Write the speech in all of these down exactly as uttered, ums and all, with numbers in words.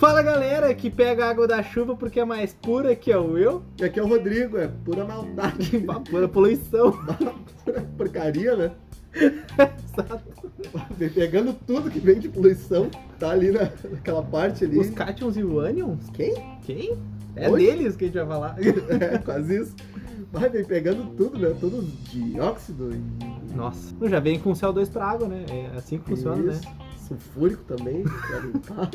Fala galera, que pega a água da chuva porque é mais pura, que é o eu. E aqui é o Rodrigo, é pura maldade. Pura poluição. Pura porcaria, né? Exato. Vem pegando tudo que vem de poluição, tá ali na, naquela parte ali. Os cátions e o ânions? Quem? Quem? É Oi? deles que a gente vai falar. É, quase isso. Vai, vem pegando tudo, né? Todos os dióxido e... Nossa, já vem com C O dois pra água, né? É assim que funciona, Isso. né? Sulfúrico também, pra limpar.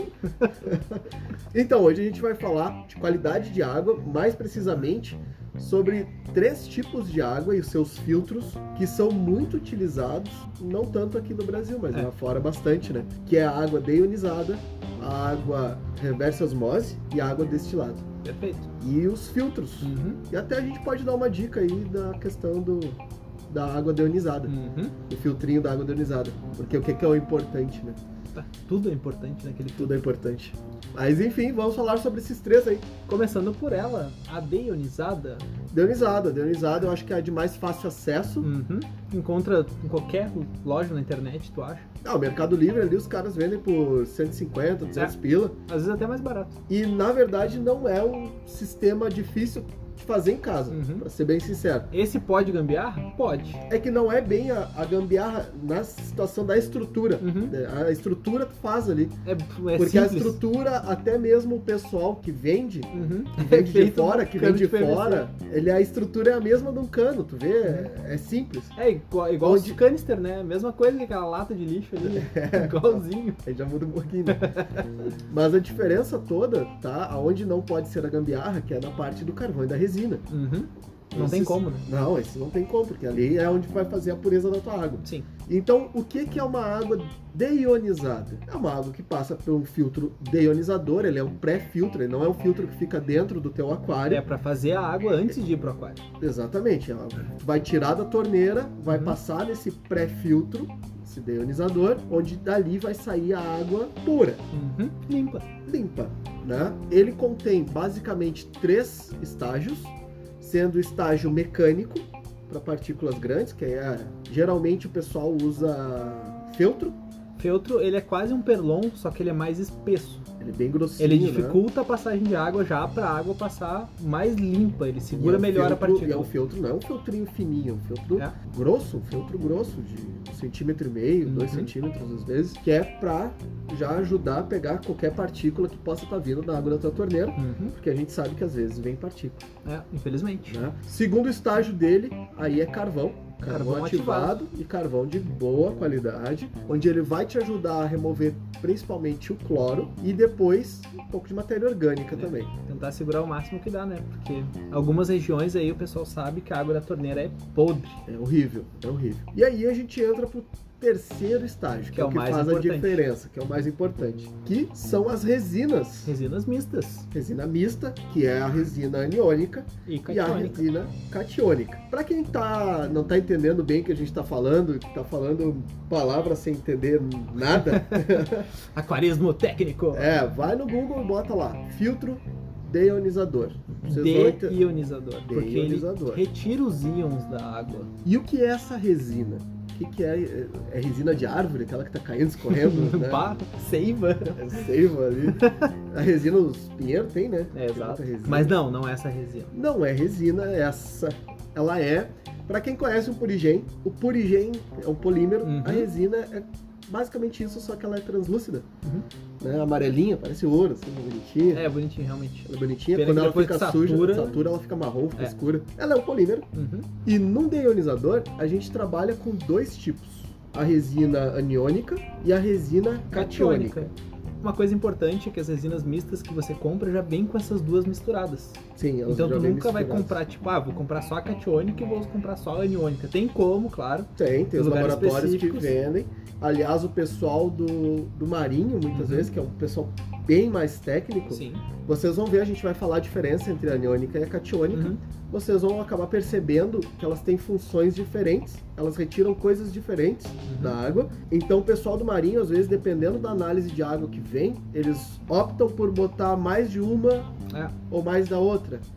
Então, hoje a gente vai falar de qualidade de água, mais precisamente sobre três tipos de água e os seus filtros que são muito utilizados, não tanto aqui no Brasil, mas É. lá fora bastante, né? Que é a água deionizada, a água reversa osmose e a água destilada. Perfeito. E os filtros. Uhum. E até a gente pode dar uma dica aí da questão do, da água deionizada, Uhum. o filtrinho da água deionizada. Porque o que que é o importante, né? Tá, tudo é importante naquele filme. Tudo é importante. Mas enfim, vamos falar sobre esses três aí. Começando por ela, a deionizada. Deionizada. Deionizada eu acho que é a de mais fácil acesso. Uhum. Encontra em qualquer loja na internet, tu acha? Ah, o Mercado Livre ali os caras vendem por cento e cinquenta, duzentos É. pila. Às vezes até mais barato. E na verdade não é um sistema difícil de fazer em casa, Uhum. pra ser bem sincero. Esse pode gambiarra? Pode. É que não é bem a, a gambiarra na situação da estrutura. Uhum. A estrutura tu faz ali. É, é Porque a simples. estrutura, até mesmo o pessoal que vende, Uhum. que vende de Feito fora, no que cano vem de P V C. fora, ele, a estrutura é a mesma de um cano, tu vê? É, é simples. É igual, igual Onde- os canister, né? Mesma coisa que aquela lata de lixo ali. Igualzinho. Aí já muda um pouquinho. Né? Mas a diferença toda tá aonde não pode ser a gambiarra, que é na parte do carvão e da resina. Uhum. Não tem Esses- como, né? Não, esse não tem como, porque ali é onde vai fazer a pureza da tua água. Sim. Então, o que que é uma água deionizada? É uma água que passa por um filtro deionizador, ele é um pré-filtro, ele não é um filtro que fica dentro do teu aquário. É pra fazer a água antes de ir pro aquário. Exatamente. Ela vai tirar da torneira, vai Uhum. passar nesse pré-filtro, esse deionizador, onde dali vai sair a água pura, Uhum. Limpa. limpa, né? Ele contém basicamente três estágios, sendo o estágio mecânico para partículas grandes, que é geralmente o pessoal usa feltro, Feltro, ele é quase um perlon, só que ele é mais espesso. ele é bem grossinho, Ele né? dificulta a passagem de água já pra água passar mais limpa. Ele E segura é um melhor a feltro- partícula. E é um feltro, não é um feltrinho fininho, é um feltro É. grosso, um feltro grosso de um centímetro e meio, dois Uhum. centímetros às vezes, que é pra já ajudar a pegar qualquer partícula que possa estar vindo da água da tua torneira, Uhum. porque a gente sabe que às vezes vem partícula, É, infelizmente. né? Segundo estágio dele, aí é carvão. Carvão, Carvão ativado, e carvão de boa qualidade, onde ele vai te ajudar a remover principalmente o cloro e depois um pouco de matéria orgânica É. também. Tentar segurar o máximo que dá, né? Porque algumas regiões aí o pessoal sabe que a água da torneira é podre. É horrível, é horrível. E aí a gente entra pro terceiro estágio, que, é o que mais faz importante. a diferença, que é o mais importante, que são as resinas. Resinas mistas Resina mista, que é a resina aniônica, e e a catiônica. resina catiônica. Para quem tá, não tá entendendo bem o que a gente tá falando, que tá falando palavras sem entender nada, Aquarismo técnico. é, vai no Google e bota lá, filtro deionizador. Vocês vão enter- Deionizador. Porque Deionizador. ele retira os íons da água. E o que é essa resina? O que, que é? É resina de árvore, aquela que tá caindo, escorrendo, né? Pá, seiva. É seiva ali. A resina dos pinheiros tem, né? É, Tem exato. muita resina. Mas não, não é essa resina. Não é resina, essa. Ela é. Pra quem conhece o purigem, o purigem é um polímero, Uhum. a resina é basicamente isso, só que ela é translúcida. Uhum. Né? Amarelinha, parece ouro, assim, bonitinha. É bonitinho, realmente. Ela é bonitinha. Pena Quando que ela depois fica que suja, satura- satura, ela fica marrom, fica É. escura. Ela é um polímero. Uhum. E num deionizador, a gente trabalha com dois tipos. A resina aniônica e a resina catiônica. Uma coisa importante é que as resinas mistas que você compra já vem com essas duas misturadas. Sim, elas Então já tu vêm nunca vai misturadas. comprar, tipo, ah, vou comprar só a catiônica e vou comprar só a aniônica. Tem como, claro. Tem, tem Em os lugares laboratórios que específicos. vendem. Aliás, o pessoal do, do Marinho, muitas Uhum. vezes, que é um pessoal bem mais técnico, Sim. vocês vão ver, a gente vai falar a diferença entre a aniônica e a catiônica. Uhum. Vocês vão acabar percebendo que elas têm funções diferentes, elas retiram coisas diferentes Uhum. da água. Então o pessoal do Marinho, às vezes, dependendo da análise de água que vem, eles optam por botar mais de uma É. ou mais da outra.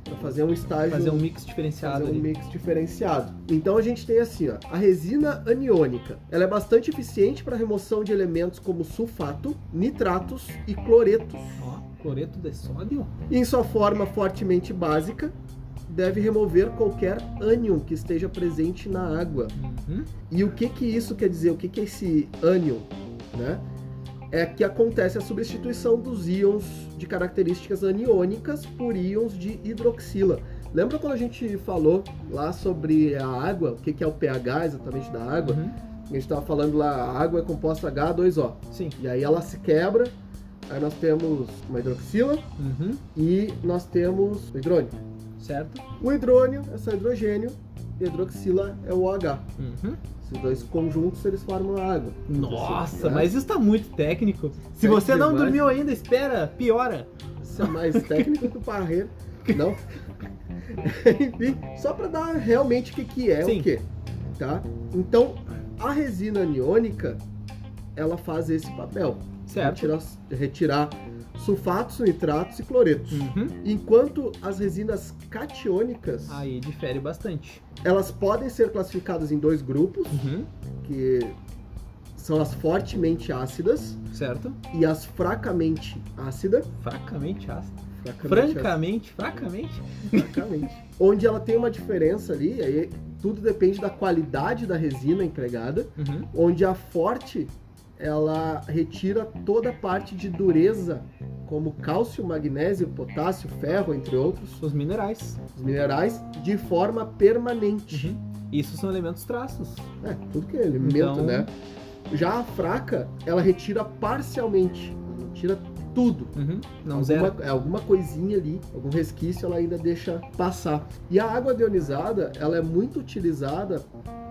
para fazer um estágio, Fazer um mix diferenciado. fazer um ali. mix diferenciado. Então a gente tem assim, ó, a resina aniônica. Ela é bastante eficiente para remoção de elementos como sulfato, nitratos e cloretos. Ó, cloreto de sódio? E em sua forma fortemente básica, deve remover qualquer ânion que esteja presente na água. Uhum. E o que que isso quer dizer? O que que é esse ânion, né? É que acontece a substituição dos íons de características aniônicas por íons de hidroxila. Lembra quando a gente falou lá sobre a água, o que que é o pH exatamente da água? Uhum. A gente estava falando lá, a água é composta H dois O. Sim. E aí ela se quebra, aí nós temos uma hidroxila Uhum. e nós temos o hidrônio. Certo? O hidrônio é só hidrogênio e a hidroxila é o OH. Uhum. Esses dois conjuntos eles formam a água. Nossa, Assim, mas isso tá muito técnico. Se É você não demais. dormiu ainda, espera, piora. Isso é mais técnico que o parreiro. Não? Enfim, só para dar realmente o que, que é Sim. o que. Tá? Então, a resina aniônica, ela faz esse papel. Certo. Retirar, retirar sulfatos, nitratos e cloretos. Uhum. Enquanto as resinas catiônicas, Aí difere bastante. elas podem ser classificadas em dois grupos, Uhum. que são as fortemente ácidas Certo? e as fracamente ácidas. Fracamente ácido. Fracamente Francamente, fracamente. ácidas, fracamente. Onde ela tem uma diferença ali, aí tudo depende da qualidade da resina empregada, Uhum. onde a forte ela retira toda a parte de dureza, como cálcio, magnésio, potássio, ferro, entre outros, Os minerais. os minerais, de forma permanente. Uhum. Isso são elementos traços. É, tudo que é elemento, Então- né? Já a fraca, ela retira parcialmente, tira tudo. Uhum. Não alguma, zero. é, alguma coisinha ali, algum resquício ela ainda deixa passar. E a água deionizada, ela é muito utilizada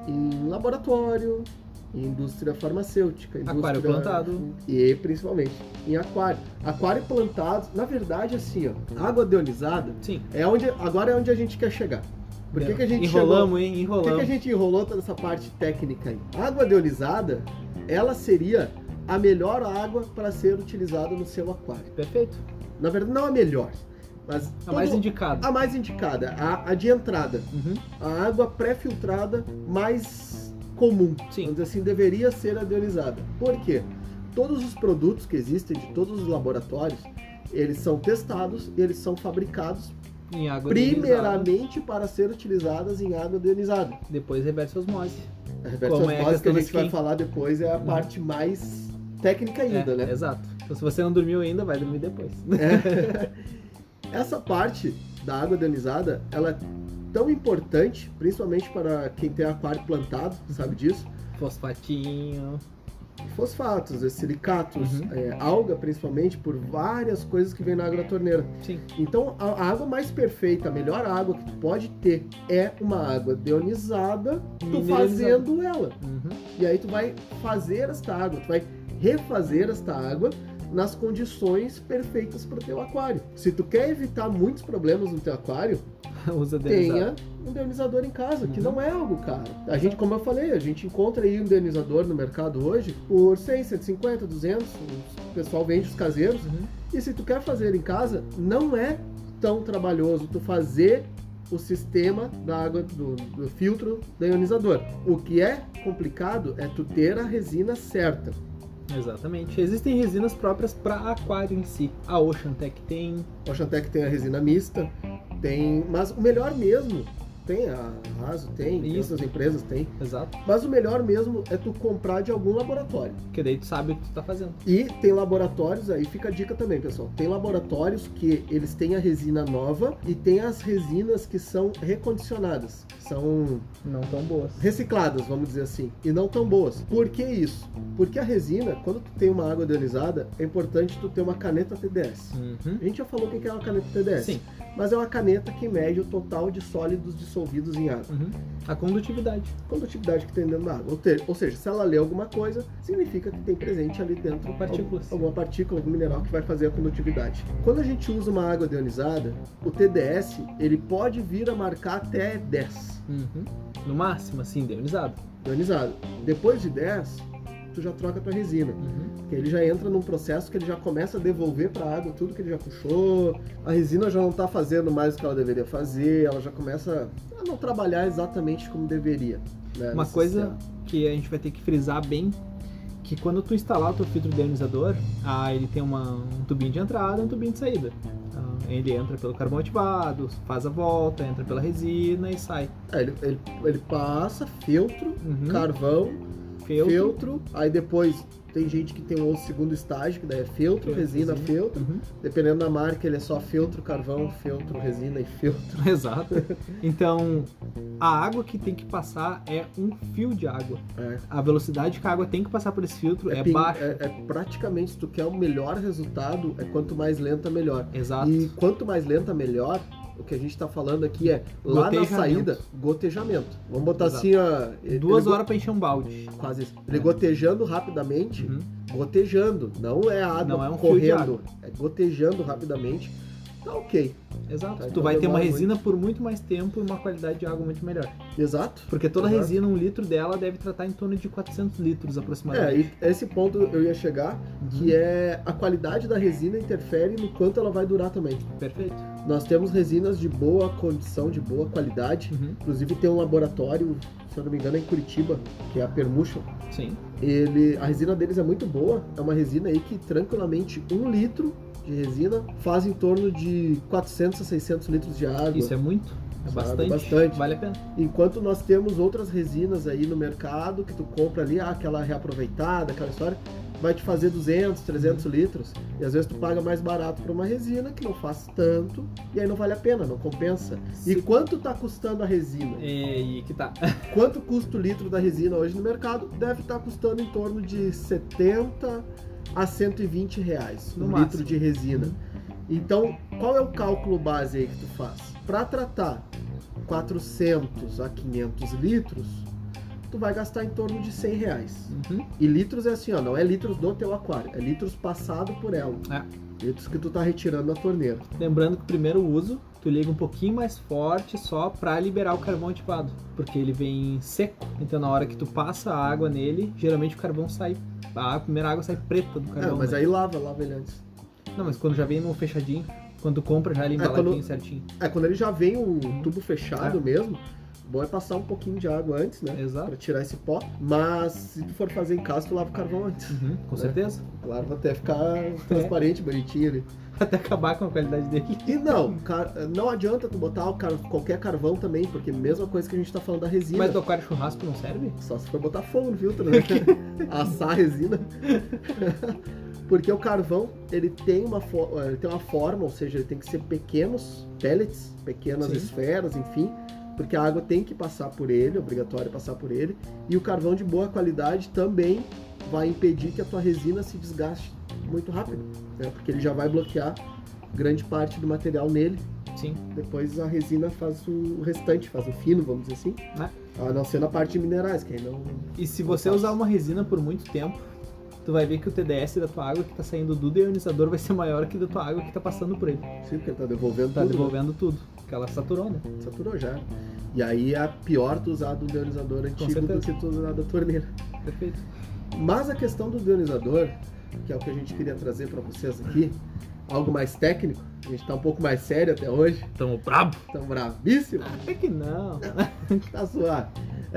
em laboratório, em indústria farmacêutica, indústria... Aquário plantado. E principalmente em aquário. Aquário plantado, na verdade, assim, ó, água deionizada Sim. é onde, agora é onde a gente quer chegar. Por que, que a gente Enrolamos, chegou... hein? Por que, Enrolamos. que a gente enrolou toda essa parte técnica aí? A água deionizada, ela seria a melhor água para ser utilizada no seu aquário. Perfeito. Na verdade, não a melhor, mas A mais todo- indicada. a mais indicada, a, a de entrada. Uhum. A água pré-filtrada mais comum. Sim. Vamos dizer assim, deveria ser a deionizada. Por quê? Todos os produtos que existem de todos os laboratórios, eles são testados e eles são fabricados Em água deionizada. primeiramente para ser utilizadas em água deionizada. Depois reversa osmose. A reversa Como é a osmose que a questão gente do vai skin. falar depois é a parte mais técnica ainda, é, né? Exato. Então se você não dormiu ainda, vai dormir depois. É. Essa parte da água deionizada, ela é tão importante, principalmente para quem tem aquário plantado, sabe disso? Fosfatinho. Fosfatos, silicatos, Uhum. é, alga principalmente, por várias coisas que vem na água da torneira. Sim. Então, a, a água mais perfeita, a melhor água que tu pode ter é uma água deionizada, tu Mineralizada. fazendo ela. Uhum. E aí tu vai fazer esta água, tu vai refazer esta água nas condições perfeitas para o teu aquário. Se tu quer evitar muitos problemas no teu aquário, Usa deionizado. tenha um deionizador em casa, que Uhum. não é algo caro. A gente, como eu falei, a gente encontra aí um deionizador no mercado hoje por cem, cento e cinquenta, duzentos, o pessoal vende os caseiros. Uhum. E se tu quer fazer em casa, não é tão trabalhoso tu fazer o sistema da água, do, do filtro deionizador. O que é complicado é tu ter a resina certa. Exatamente. Existem resinas próprias para aquário em si. A Ocean Tech tem. A Oceantec tem a resina mista, tem, mas o melhor mesmo, tem a Raso, tem, tem Isso. outras empresas, tem, Exato. mas o melhor mesmo é tu comprar de algum laboratório. Porque daí tu sabe o que tu tá fazendo. E tem laboratórios, aí fica a dica também, pessoal, tem laboratórios que eles têm a resina nova e tem as resinas que são recondicionadas, que são Não tão boas. recicladas, vamos dizer assim, e não tão boas. Por que isso? Porque a resina, quando tu tem uma água deionizada, é importante tu ter uma caneta T D S. Uhum. A gente já falou o que é uma caneta T D S. Sim. Mas é uma caneta que mede o total de sólidos dissolvidos em água. Uhum. A condutividade. Condutividade que tem dentro da água. Ou, te- ou seja, se ela lê alguma coisa, significa que tem presente ali dentro Partículas. algum- alguma partícula, algum mineral que vai fazer a condutividade. Quando a gente usa uma água deionizada, o T D S ele pode vir a marcar até dez. Uhum. No máximo, assim, deionizado. Deionizado. Depois de dez, tu já troca a tua resina. Uhum. Porque ele já entra num processo que ele já começa a devolver para a água tudo que ele já puxou, a resina já não está fazendo mais o que ela deveria fazer, ela já começa a não trabalhar exatamente como deveria. Né, Uma coisa sistema. Que a gente vai ter que frisar bem, que quando tu instalar o teu filtro deionizador, ah, ele tem uma, um tubinho de entrada e um tubinho de saída. Ah, ele entra pelo carvão ativado, faz a volta, entra pela resina e sai. É, ele, ele, ele passa filtro, Uhum. carvão, Feltro. filtro, aí depois tem gente que tem um outro segundo estágio, que daí é filtro, Filtro, resina, resina. filtro. Uhum. Dependendo da marca, ele é só filtro, carvão, filtro, resina e filtro. Exato. Então, a água que tem que passar é um fio de água. É. A velocidade que a água tem que passar por esse filtro é, ping- baixa. É, é praticamente, se tu quer o melhor resultado, é quanto mais lenta, melhor. Exato. E quanto mais lenta, melhor. O que a gente está falando aqui é, lá na Gotejamento. saída, gotejamento. Vamos botar Exato. assim, ó... ele- Duas ele horas para encher um balde. go- Quase isso. Ele gotejando rapidamente, Uhum. gotejando. Não é a água Não é um fio de correndo, água. é gotejando rapidamente. Tá ok. Exato. Tá, Tu então vai ter uma demora resina por muito mais tempo e uma qualidade de água muito melhor. Exato. Porque toda Exato. resina, um litro dela deve tratar em torno de quatrocentos litros É, aproximadamente. e esse ponto eu ia chegar, que é a qualidade da resina interfere no quanto ela vai durar também. Perfeito. Nós temos resinas de boa condição, de boa qualidade. Uhum. Inclusive tem um laboratório, se eu não me engano, é em Curitiba, que é a Permution. Sim. Ele, a resina deles é muito boa. É uma resina aí que tranquilamente um litro de resina faz em torno de quatrocentos a seiscentos litros de água. Isso é muito. É Sabe? bastante. Bastante. Vale a pena. Enquanto nós temos outras resinas aí no mercado que tu compra ali, ah, aquela reaproveitada, aquela história, vai te fazer duzentos, trezentos litros. E às vezes tu paga mais barato por uma resina que não faz tanto e aí não vale a pena, não compensa. E Se- quanto tá custando a resina? É, e que tá. Quanto custa o litro da resina hoje no mercado? Deve estar custando em torno de setenta a cento e vinte reais No um máximo. litro de resina. Então, qual é o cálculo base aí que tu faz? Para tratar quatrocentos a quinhentos litros, tu vai gastar em torno de cem reais. Uhum. E litros é assim, ó, não é litros do teu aquário, é litros passado por ela. É. Litros que tu tá retirando da torneira. Lembrando que o primeiro uso, tu liga um pouquinho mais forte só pra liberar o carvão ativado. Porque ele vem seco. Então na hora que tu passa a água nele, geralmente o carvão sai. A primeira água sai preta do É, carvão. mas né? aí lava, lava ele antes. Não, mas quando já vem no fechadinho, quando tu compra já ele É, embaladinho quando- certinho. É, quando ele já vem o tubo fechado É. mesmo, bom é passar um pouquinho de água antes, né? Exato. Pra tirar esse pó. Mas se tu for fazer em casa, tu lava o carvão antes. Uhum, com É. certeza. Claro, vai até ficar transparente, bonitinho ali. Até acabar com a qualidade dele. E não, car- não adianta tu botar o car- qualquer carvão também, porque mesma coisa que a gente tá falando da resina. Mas do aquário churrasco não serve? Só se for botar fogo no filtro, né? Assar a resina. Porque o carvão, ele tem, uma fo- ele tem uma forma, ou seja, ele tem que ser pequenos pellets, pequenas Sim. esferas, enfim. Porque a água tem que passar por ele, é obrigatório passar por ele. E o carvão de boa qualidade também vai impedir que a tua resina se desgaste muito rápido, né? Porque ele já vai bloquear grande parte do material nele. Sim. Depois a resina faz o restante, faz o fino, vamos dizer assim. É. A não ser na parte de minerais, que aí não... E se não você faz. usar uma resina por muito tempo, tu vai ver que o T D S da tua água que tá saindo do deionizador vai ser maior que da tua água que tá passando por ele. Sim, porque ele tá devolvendo Tá tudo, né? devolvendo tudo. Porque ela saturou, né? Saturou já. E aí é pior tu usar do deionizador antigo do certeza. que tu usar da torneira. Perfeito. Mas a questão do deionizador, que é o que a gente queria trazer para vocês aqui, algo mais técnico, a gente tá um pouco mais sério até hoje, Tamo brabo. tão bravíssimo, É que não. tá suave.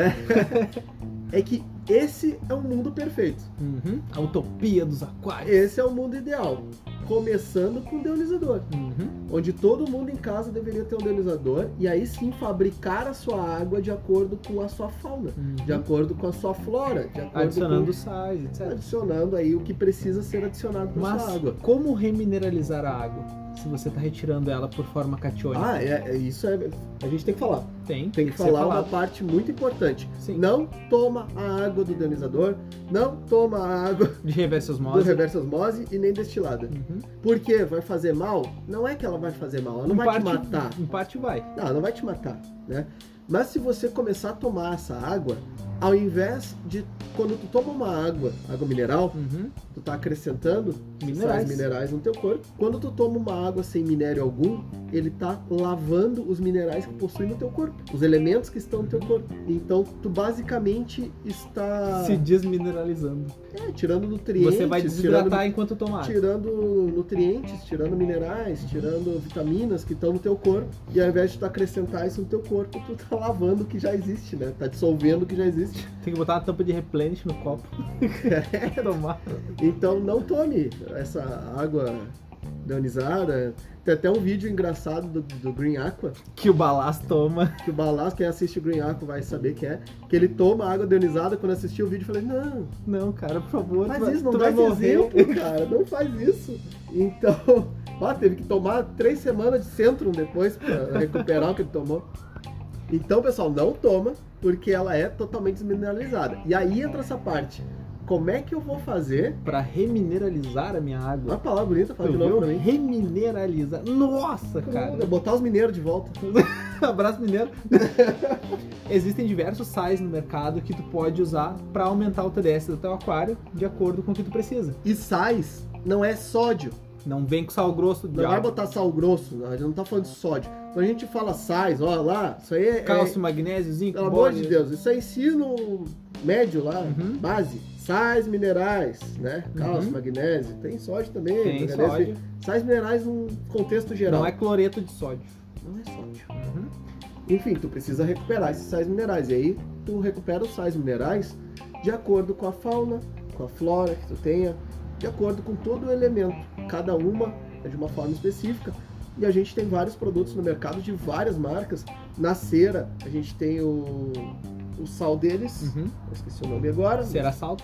É, é que esse é um mundo perfeito. Uhum. A utopia dos aquários. Esse é o mundo ideal. Começando com o deionizador, Uhum. onde todo mundo em casa deveria ter um deionizador e aí sim fabricar a sua água de acordo com a sua fauna, Uhum. de acordo com a sua flora, de acordo Adicionando com... sais, etcétera. adicionando aí o que precisa ser adicionado para Mas sua água. como remineralizar a água? Se você tá retirando ela por forma catiônica. Ah, é, é- isso é. A gente tem que falar. tem, Tem que ser falar uma falado. parte muito importante. Sim. Não toma a água do deionizador, não toma a água De reversa do osmose. reversa osmose e nem destilada. Uhum. Por quê? Vai fazer mal? Não é que ela vai fazer mal, ela não Em vai parte, te matar. Em parte vai. Não, ela não vai te matar, né? Mas se você começar a tomar essa água, ao invés de quando tu toma uma água, água mineral, Uhum. tu tá acrescentando Minerais. sais minerais no teu corpo. Quando tu toma uma água sem minério algum, ele tá lavando os minerais que possui no teu corpo, os elementos que estão no teu corpo. Então, tu basicamente está Se desmineralizando. é, tirando nutrientes, Você vai desidratar tirando, enquanto toma água. tirando nutrientes, tirando minerais, tirando vitaminas que estão no teu corpo. E ao invés de tu acrescentar isso no teu corpo, tu tá lavando o que já existe, né? Tá dissolvendo o que já existe. Tem que botar uma tampa de replenish no copo. Tomar. Então não tome essa água deionizada. Tem até um vídeo engraçado do, do Green Aqua, Que o Balas toma. que o Balas, quem assiste o Green Aqua vai saber que é, que ele toma água deionizada. Quando assistiu o vídeo, eu falei, não, Não, cara, por favor. faz tu vai- isso, não tu dá vai esse morrer. exemplo, cara, não faz isso. Então, ah, teve que tomar três semanas de Centrum depois pra recuperar o que ele tomou. Então, pessoal, não toma, porque ela é totalmente desmineralizada. E aí entra essa parte. Como é que eu vou fazer? Pra remineralizar a minha Uma água. palavra bonita, fala Tu de novo viu? pra mim. Remineralizar. Nossa, cara. Cara. Botar os mineiros de volta. Abraço mineiro. Existem diversos sais no mercado que tu pode usar pra aumentar o T D S do teu aquário de acordo com o que tu precisa. E sais não é sódio. Não vem com sal grosso de Não vai água. botar sal grosso, não, a gente não tá falando de sódio. Quando a gente fala sais, ó lá, isso aí é... Cálcio, é, magnésio, zinco, pelo amor bório. de Deus, isso é ensino médio lá, Uhum. base. Sais minerais, né? Cálcio, Uhum. magnésio, tem sódio também. Tem manganês, sódio. Sais minerais num contexto geral. Não é cloreto de sódio. Não é sódio. Uhum. Enfim, tu precisa recuperar esses sais minerais. E aí, tu recupera os sais minerais de acordo com a fauna, com a flora que tu tenha, de acordo com todo o elemento. Cada uma é de uma forma específica. E a gente tem vários produtos no mercado de várias marcas. Na cera, a gente tem o, o sal deles. Uhum. Eu esqueci o nome agora. Será salto?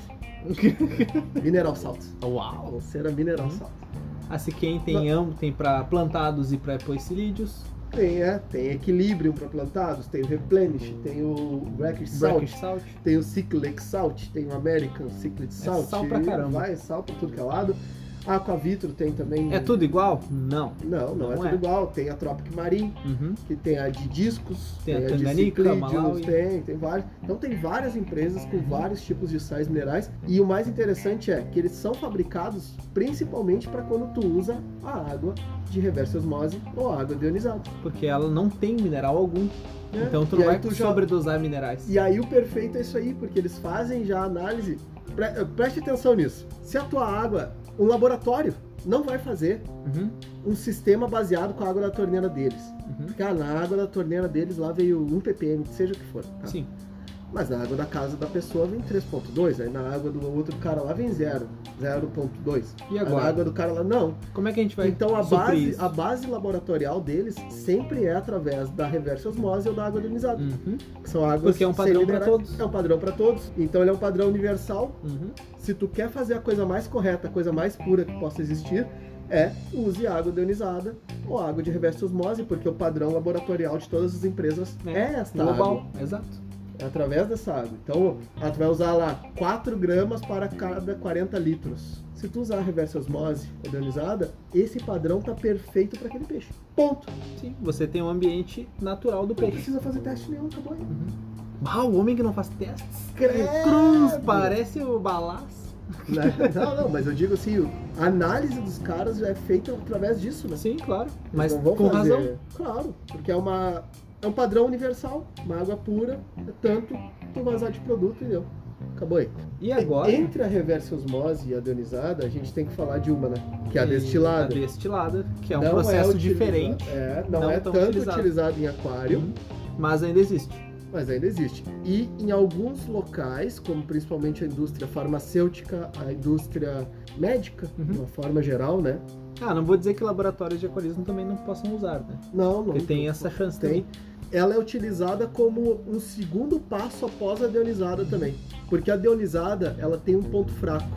Mineral Salt. Uau! Cera Mineral Uhum. Salt. A Siquem tem ambos, tem para plantados e para epoxilídeos. Tem, é. Tem Equilibrium para plantados, tem o Replenish, tem o Brackish Salt. Brackish salt. Tem o Cyclic Salt, tem o American Cyclic Salt. sal pra caramba. Vai, é sal pra tudo que é lado. A Aquavitro tem também. É tudo igual? Não. Não, não, é Não tudo é. igual. Tem a Tropic Marine, Uhum. que tem a de discos, Tem a de Tanganyika, Cyclidiums, Malawi. tem, tem vários. Então tem várias empresas com vários tipos de sais minerais. E o mais interessante é que eles são fabricados principalmente para quando tu usa a água de reversa osmose ou a água deionizada. Porque ela não tem mineral algum. né? Então tu E não aí vai tu já- sobredosar minerais. E aí o perfeito é isso aí, porque eles fazem já a análise. Pre- Preste atenção nisso. Se a tua água, um laboratório não vai fazer Uhum. um sistema baseado com a água da torneira deles. Uhum. Porque ah, na água da torneira deles lá veio um ppm, seja o que for. Tá? Sim. Mas na água da casa da pessoa vem três ponto dois, aí na água do outro cara lá vem zero, zero ponto dois. E Aí na agora? água do cara lá, não. Como é que a gente vai Então a suprir base, isso? a base laboratorial deles sempre é através da reversa osmose ou da água deionizada. Uhum. Que são águas Porque é um sem padrão pra minerais. todos. É um padrão para todos. Então ele é um padrão universal. Uhum. Se tu quer fazer a coisa mais correta, a coisa mais pura que possa existir, é use água deionizada ou água de reversa osmose, porque o padrão laboratorial de todas as empresas é, É, esta Global. água. Exato. É através dessa água. Então, ah, tu vai usar lá quatro gramas para cada quarenta litros. Se tu usar a reversa osmose ou deionizada, esse padrão tá perfeito para aquele peixe. Ponto. Sim, você tem um ambiente natural do Não peixe. precisa fazer teste nenhum, acabou aí. Ah, o homem que não faz testes. Credo! Cruz, parece o Balas. Né? Não, não, mas eu digo assim, a análise dos caras já é feita através disso, né? Sim, claro. Eles Mas não vão com fazer- razão. Claro, porque é uma é um padrão universal, uma água pura, é tanto tu vazar de produto e deu. Acabou aí. E agora? Entre a reversa osmose e a deionizada, a gente tem que falar de uma, né? Que é a E destilada. A destilada, que é um Não processo utiliza- diferente, É, não, não é tão tanto utilizado. utilizado em aquário, Uhum. mas ainda existe. mas ainda existe. E em alguns locais, como principalmente a indústria farmacêutica, a indústria médica, Uhum. de uma forma geral, né? Ah, não vou dizer que laboratórios de aquarismo também não possam usar, né? Não, não. Porque tem essa chance Tem. também. Ela é utilizada como um segundo passo após a deionizada também. Porque a deionizada, ela tem um ponto fraco,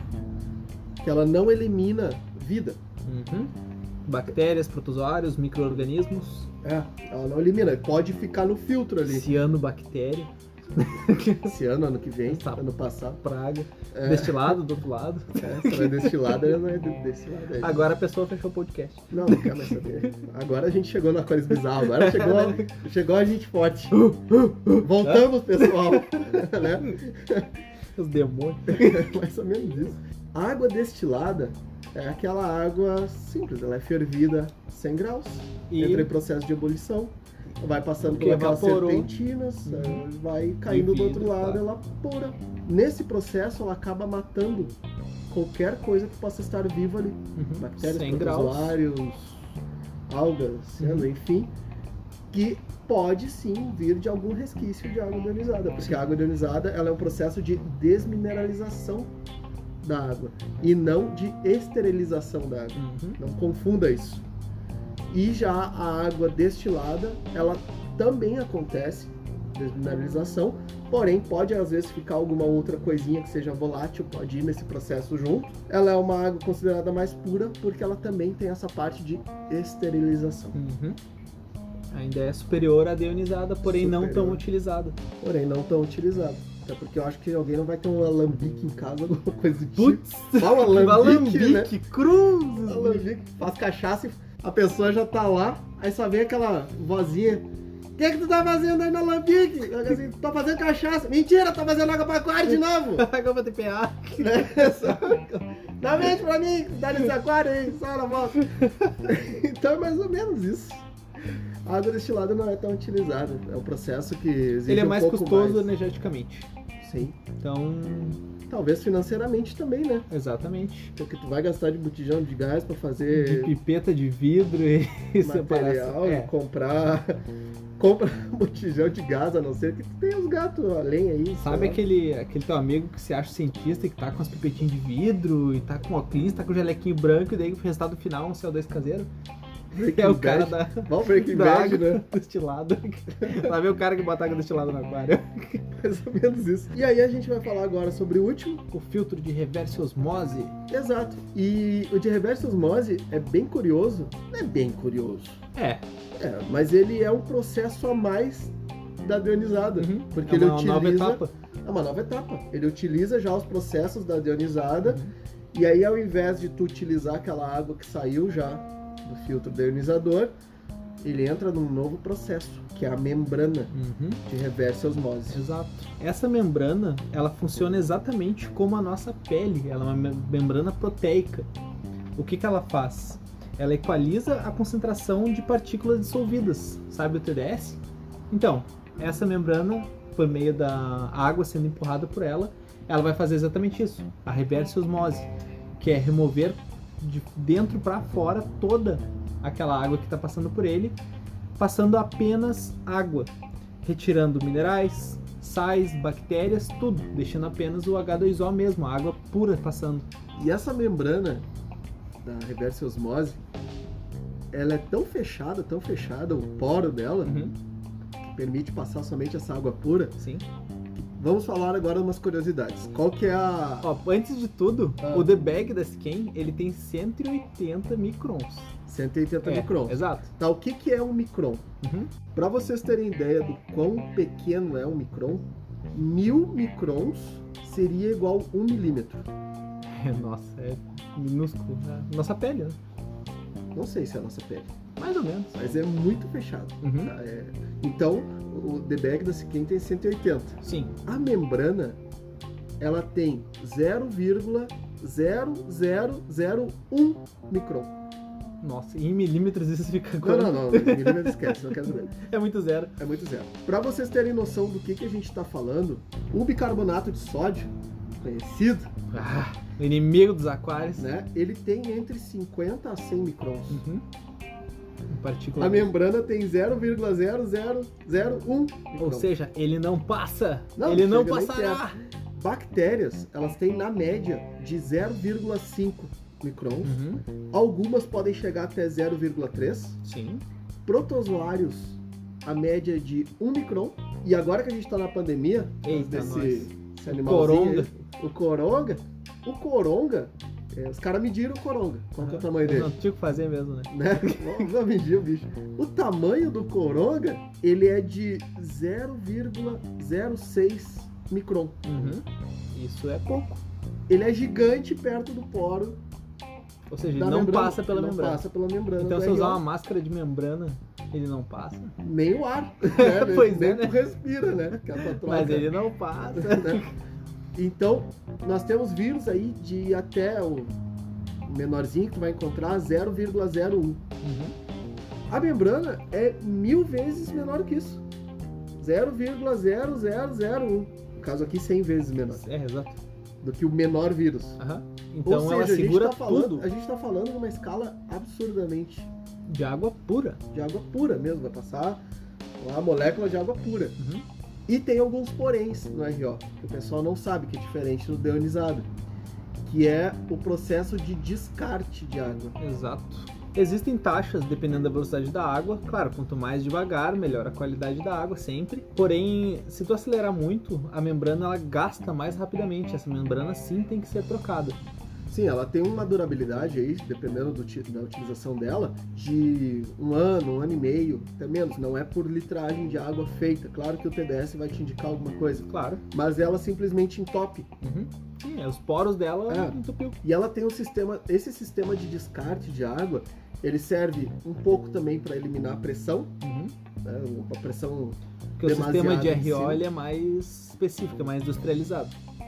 que ela não elimina vida. Uhum. Bactérias, protozoários, micro-organismos, É, ela não elimina, pode ficar no filtro ali. cianobactéria, Esse ano, ano que vem, Tá. ano passado. praga, É. destilado do outro lado. É, se não é destilada, ela não é de- destilada. É. Agora a pessoa fechou o podcast. Não, não quer mais saber. Agora a gente chegou no Aquários Bizarro, agora chegou, chegou a gente forte. Voltamos, pessoal. Né? Os demônios. Mais ou menos isso. A água destilada é aquela água simples, ela é fervida a cem graus, E- entra em processo de ebulição, vai passando Que por aquelas evaporou. serpentinas, Uhum. eh, vai caindo do outro vidro, lado, claro. ela pura. Nesse processo, ela acaba matando qualquer coisa que possa estar viva ali. Uhum. Bactérias, cem graus. protozoários, algas, ciano, Uhum. enfim, que pode sim vir de algum resquício de água ionizada, porque a água ionizada ela é um processo de desmineralização da água e não de esterilização da água. Uhum. Não confunda isso. E já a água destilada, ela também acontece desmineralização, porém pode às vezes ficar alguma outra coisinha que seja volátil, pode ir nesse processo junto. Ela é uma água considerada mais pura porque ela também tem essa parte de esterilização. Uhum. Ainda é superior à deionizada, porém não Superior. tão utilizada. Porém não tão utilizada. Até porque eu acho que alguém não vai ter um alambique em casa, alguma coisa do tipo. Putz! Fala alambique, né? Alambique, cruzes! Alambique, faz cachaça e a pessoa já tá lá, aí só vem aquela vozinha. O que, que tu tá fazendo aí no alambique? Eu digo assim, tô fazendo cachaça. Mentira, tô fazendo água pra aquário de novo. Água pra T P A. Né? Só- Dá mente pra mim, dá nesse aquário aí, só na volta. Então é mais ou menos isso. A água destilada não é tão utilizada. É um processo que exige Ele é um mais pouco custoso mais. energeticamente. Sim. Então, Talvez financeiramente também, né? exatamente. Porque tu vai gastar de botijão de gás pra De fazer pipeta de vidro e, e material, separação. É. comprar. Compra botijão de gás, a não ser que tu tenha os gatos além aí. sei Sabe lá. aquele, aquele teu amigo que se acha cientista e que tá com as pipetinhas de vidro e tá com óculos, tá com o jalequinho branco e daí o resultado final é um C O dois caseiro? Breaking É o cara Bad. da, Vamos Breaking da Bad, água né? destilada. Lá vem o cara que bota água destilada no aquário. Mais ou menos isso. E aí a gente vai falar agora sobre o último. O filtro de reverse osmose. Exato. E o de reverse osmose é bem curioso. Não é bem curioso. É, É, mas ele é um processo a mais da deionizada. uhum. Porque é ele uma utiliza. nova etapa. É uma nova etapa. Ele utiliza já os processos da deionizada. Uhum. E aí, ao invés de tu utilizar aquela água que saiu já do filtro deionizador, ele entra num novo processo, que é a membrana Uhum. de reverse osmose. Exato. Essa membrana, ela funciona exatamente como a nossa pele. Ela é uma mem- membrana proteica. O que que ela faz? Ela equaliza a concentração de partículas dissolvidas. Sabe o T D S? Então, essa membrana, por meio da água sendo empurrada por ela, ela vai fazer exatamente isso. A reverse osmose, que é remover de dentro para fora toda aquela água que está passando por ele, passando apenas água, retirando minerais, sais, bactérias, tudo, deixando apenas o H dois O mesmo, a água pura passando. E essa membrana da reverse osmose, ela é tão fechada, tão fechada, o poro dela, Uhum, que permite passar somente essa água pura. sim. Vamos falar agora umas curiosidades. Qual que é a... Ó, antes de tudo, Ah. o The Bag da Skin, ele tem cento e oitenta microns. cento e oitenta É, microns. Exato. Tá, o que que é um micron? Uhum. Para vocês terem ideia do quão pequeno é um micron, mil microns seria igual a um milímetro. Nossa, é minúsculo. Né? Nossa pele, né? Não sei se é a nossa pele, Mais ou menos. mas é muito fechado. Uhum. Tá? É- Então, o The Bag da Skin tem cento e oitenta. Sim. A membrana, ela tem zero vírgula zero zero zero um micron. Nossa, em milímetros isso fica Não, quanto? não, não, milímetro esquece, não quero saber. É muito zero. É muito zero. Para vocês terem noção do que, que a gente está falando, o bicarbonato de sódio, conhecido, Ah, o inimigo dos aquários. né, ele tem entre cinquenta a cem microns. Uhum. Em partícula. A membrana tem zero vírgula zero zero zero um micron. Ou seja, ele não passa. Não, ele não chega nem passará. Bactérias, elas têm na média de zero vírgula cinco microns. Uhum. Algumas podem chegar até zero vírgula três. Sim. Protozoários, a média de um micron. E agora que a gente está na pandemia, Eita, desse, nós. esse animalzinho Coronga. aí, o coronga, o coronga, é, os caras mediram o coronga. Qual que é o tamanho dele? Não tinha o que fazer mesmo, né? Né? Vamos vamos medir o bicho. O tamanho do coronga, ele é de zero vírgula zero seis micron. Uhum. Isso é pouco. Ele é gigante perto do poro. Ou seja, ele da não membrana. passa pela Ele membrana. Não passa pela membrana. Então, do se eu usar R O. uma máscara de membrana, ele não passa. Nem o ar. Né? Pois Nem é, né? tu respira, né? Que é a tua troca. Mas ele não passa. Né? Então, nós temos vírus aí de até o menorzinho que tu vai encontrar, zero vírgula zero um. Uhum. A membrana é mil vezes menor que isso. zero vírgula zero zero zero um. No caso aqui, cem vezes menor É, exato. do que o menor vírus. Uhum. Então Ou ela seja, segura a gente tá falando, tudo a gente tá falando numa escala absurdamente de água pura. de água pura mesmo. Vai passar uma molécula de água pura. Uhum. E tem alguns poréns no R O, que o pessoal não sabe, que é diferente do deionizado, que é o processo de descarte de água. Exato. Existem taxas dependendo da velocidade da água. Claro, quanto mais devagar, melhor a qualidade da água sempre. Porém, se tu acelerar muito, a membrana ela gasta mais rapidamente. Essa membrana sim tem que ser trocada. Sim, ela tem uma durabilidade aí, dependendo do, da utilização dela, de um ano, um ano e meio, até menos. Não é por litragem de água feita. Claro que o T D S vai te indicar alguma coisa. Claro. Mas ela simplesmente entope. Uhum. Sim, é, os poros dela É. entupiu. E ela tem um sistema, esse sistema de descarte de água, ele serve um pouco também para eliminar a pressão, Uhum. né, a pressão Porque o sistema de demasiada em R O cima. ele é mais específico, é mais industrializado.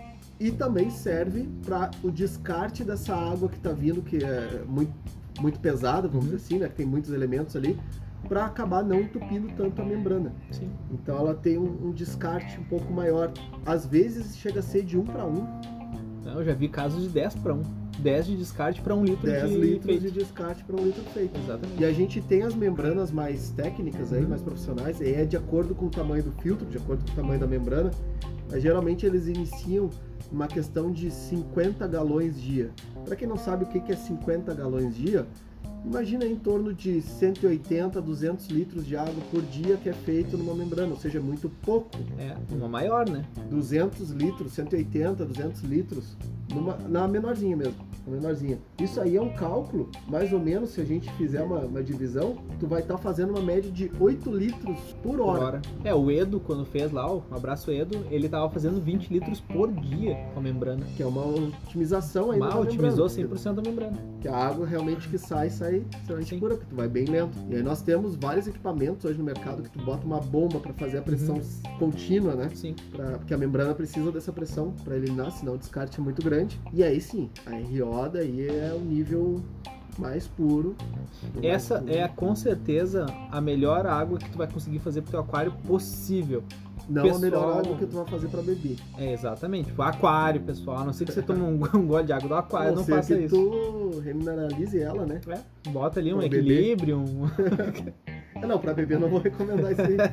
E também serve para o descarte dessa água que está vindo, que é muito, muito pesada, vamos Uhum. dizer assim, né, que tem muitos elementos ali, para acabar não entupindo tanto a membrana. Sim. Então ela tem um, um descarte um pouco maior. Às vezes chega a ser de um para um, Eu já vi casos de dez para um. dez de descarte para um litro dez de litros feito. de descarte para um litro feito. Exatamente. E a gente tem as membranas mais técnicas aí, Uhum. mais profissionais, e é de acordo com o tamanho do filtro, de acordo com o tamanho da membrana. Mas geralmente eles iniciam uma questão de cinquenta galões dia. Para quem não sabe o que é cinquenta galões dia, imagina em torno de cento e oitenta, duzentos litros de água por dia que é feito numa membrana, ou seja, é muito pouco. É, uma maior, né? duzentos litros, cento e oitenta, duzentos litros, numa, na menorzinha mesmo, na menorzinha. Isso aí é um cálculo, mais ou menos, se a gente fizer uma, uma divisão, tu vai estar fazendo uma média de oito litros por hora. Por hora. É, o Edo, quando fez lá, o abraço Edo, ele tava fazendo vinte litros por dia com a membrana. Que é uma otimização aí Mal, otimizou cem por cento a membrana. Que a água realmente que sai, sai extremamente Sim. pura, porque tu vai bem lento. E aí nós temos vários equipamentos hoje no mercado que tu bota uma bomba para fazer a pressão Uhum. contínua, né? Sim. Pra, porque a membrana precisa dessa pressão para eliminar, senão o descarte é muito grande. E aí sim, a R O daí é o nível mais puro. mais Essa puro. é com certeza a melhor água que tu vai conseguir fazer pro teu aquário possível. Não pessoal- a melhor água que tu vai fazer para beber. É, exatamente. Tipo, aquário, pessoal. A não ser que você tome um, um gole de água do aquário, A não ser faça que isso. tu remineralize ela, né? É, bota ali um Pra beber. equilíbrio, um... Ah, não, para beber eu não vou recomendar isso aí.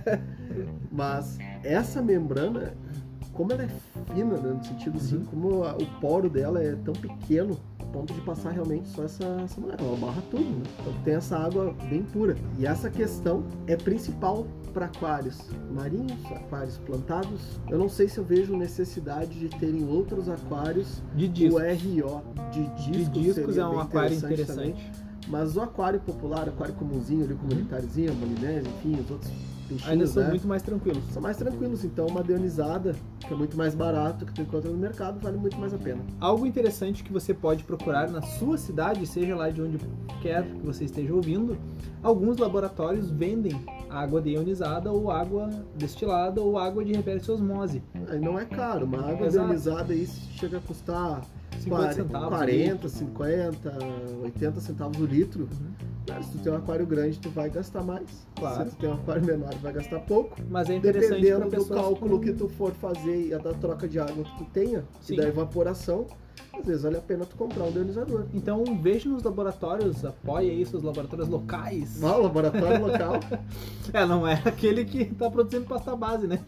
Mas essa membrana, como ela é fina, né, no sentido assim, Uhum. como a- o poro dela é tão pequeno, a ponto de passar realmente só essa, essa molécula, ela barra tudo, né? Então tem essa água bem pura. E essa questão é principal para aquários marinhos, aquários plantados. Eu não sei se eu vejo necessidade de terem outros aquários de o disco. R O de discos. De discos seria é um bem aquário interessante também. interessante. Mas o aquário popular, aquário comumzinho ali, comunitáriozinho, a molinese, enfim, os outros peixinhos, Ainda são né? muito mais tranquilos. São mais tranquilos, então uma deionizada, que é muito mais barato, que tu encontra no mercado, vale muito mais a pena. Algo interessante que você pode procurar na sua cidade, seja lá de onde quer que você esteja ouvindo, alguns laboratórios vendem água deionizada ou água destilada ou água de reverse osmose. Aí não é caro, uma água Exato. deionizada aí chega a custar cinquenta centavos. quarenta, cinquenta, oitenta centavos o litro. Uhum. Claro, se tu tem um aquário grande, tu vai gastar mais. Claro. Se tu tem um aquário menor, tu vai gastar pouco. Mas é interessante para Dependendo do pessoas cálculo com- que tu for fazer e da troca de água que tu tenha, Sim. e da evaporação, às vezes vale a pena tu comprar um deionizador. Então veja nos laboratórios, apoie aí seus laboratórios locais. Vá ao laboratório local. É, não é aquele que tá produzindo pasta base, né?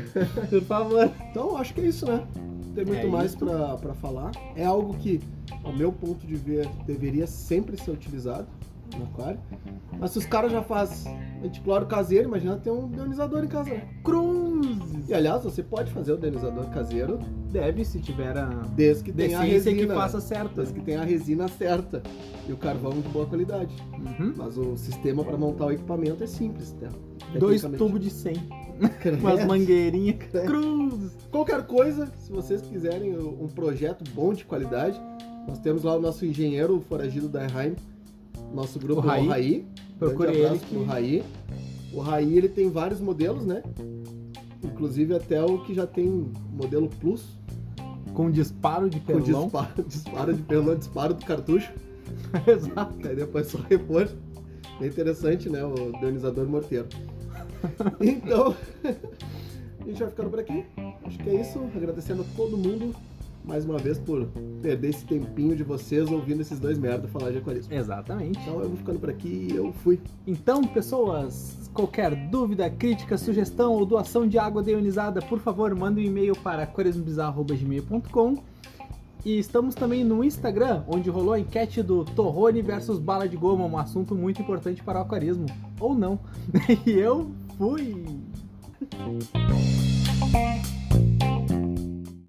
Por favor. Então, acho que é isso, né? Não tem muito É mais isso. pra, pra falar. É algo que, ao meu ponto de ver, deveria sempre ser utilizado no aquário. Mas se os caras já fazem anticloro caseiro, imagina ter um deionizador em casa, né? Cruzes. E aliás, você pode fazer o deionizador caseiro Deve, se tiver a desde que tenha a decência resina. que faça certo. Desde que tenha a resina certa e o carvão de boa qualidade. Uhum. Mas o sistema para montar o equipamento é simples, né? Dois Tecnicamente. tubos de cem. Credo. Umas mangueirinhas. Credo. Cruzes. Qualquer coisa, se vocês quiserem um projeto bom de qualidade, nós temos lá o nosso engenheiro o foragido da Erheim, nosso grupo O Raí. é o Raí. Procure Grande abraço ele que- pro Raí. O Raí ele tem vários modelos, né? Inclusive até o que já tem modelo Plus, Com disparo de Com perlão. disparo, disparo de perlão, disparo do cartucho. Exato. Aí depois só repor. É interessante, né? O deionizador morteiro. Então, a gente vai ficando por aqui. Acho que é isso. Agradecendo a todo mundo, mais uma vez, por perder esse tempinho de vocês ouvindo esses dois merda falar de aquarismo. Exatamente. Então eu vou ficando por aqui e eu fui. Então, pessoas, qualquer dúvida, crítica, sugestão ou doação de água deionizada, por favor, manda um e-mail para aquarismobizarro arroba gmail ponto com. E estamos também no Instagram, onde rolou a enquete do Torrone versus bala de goma, um assunto muito importante para o aquarismo. Ou não. E eu fui...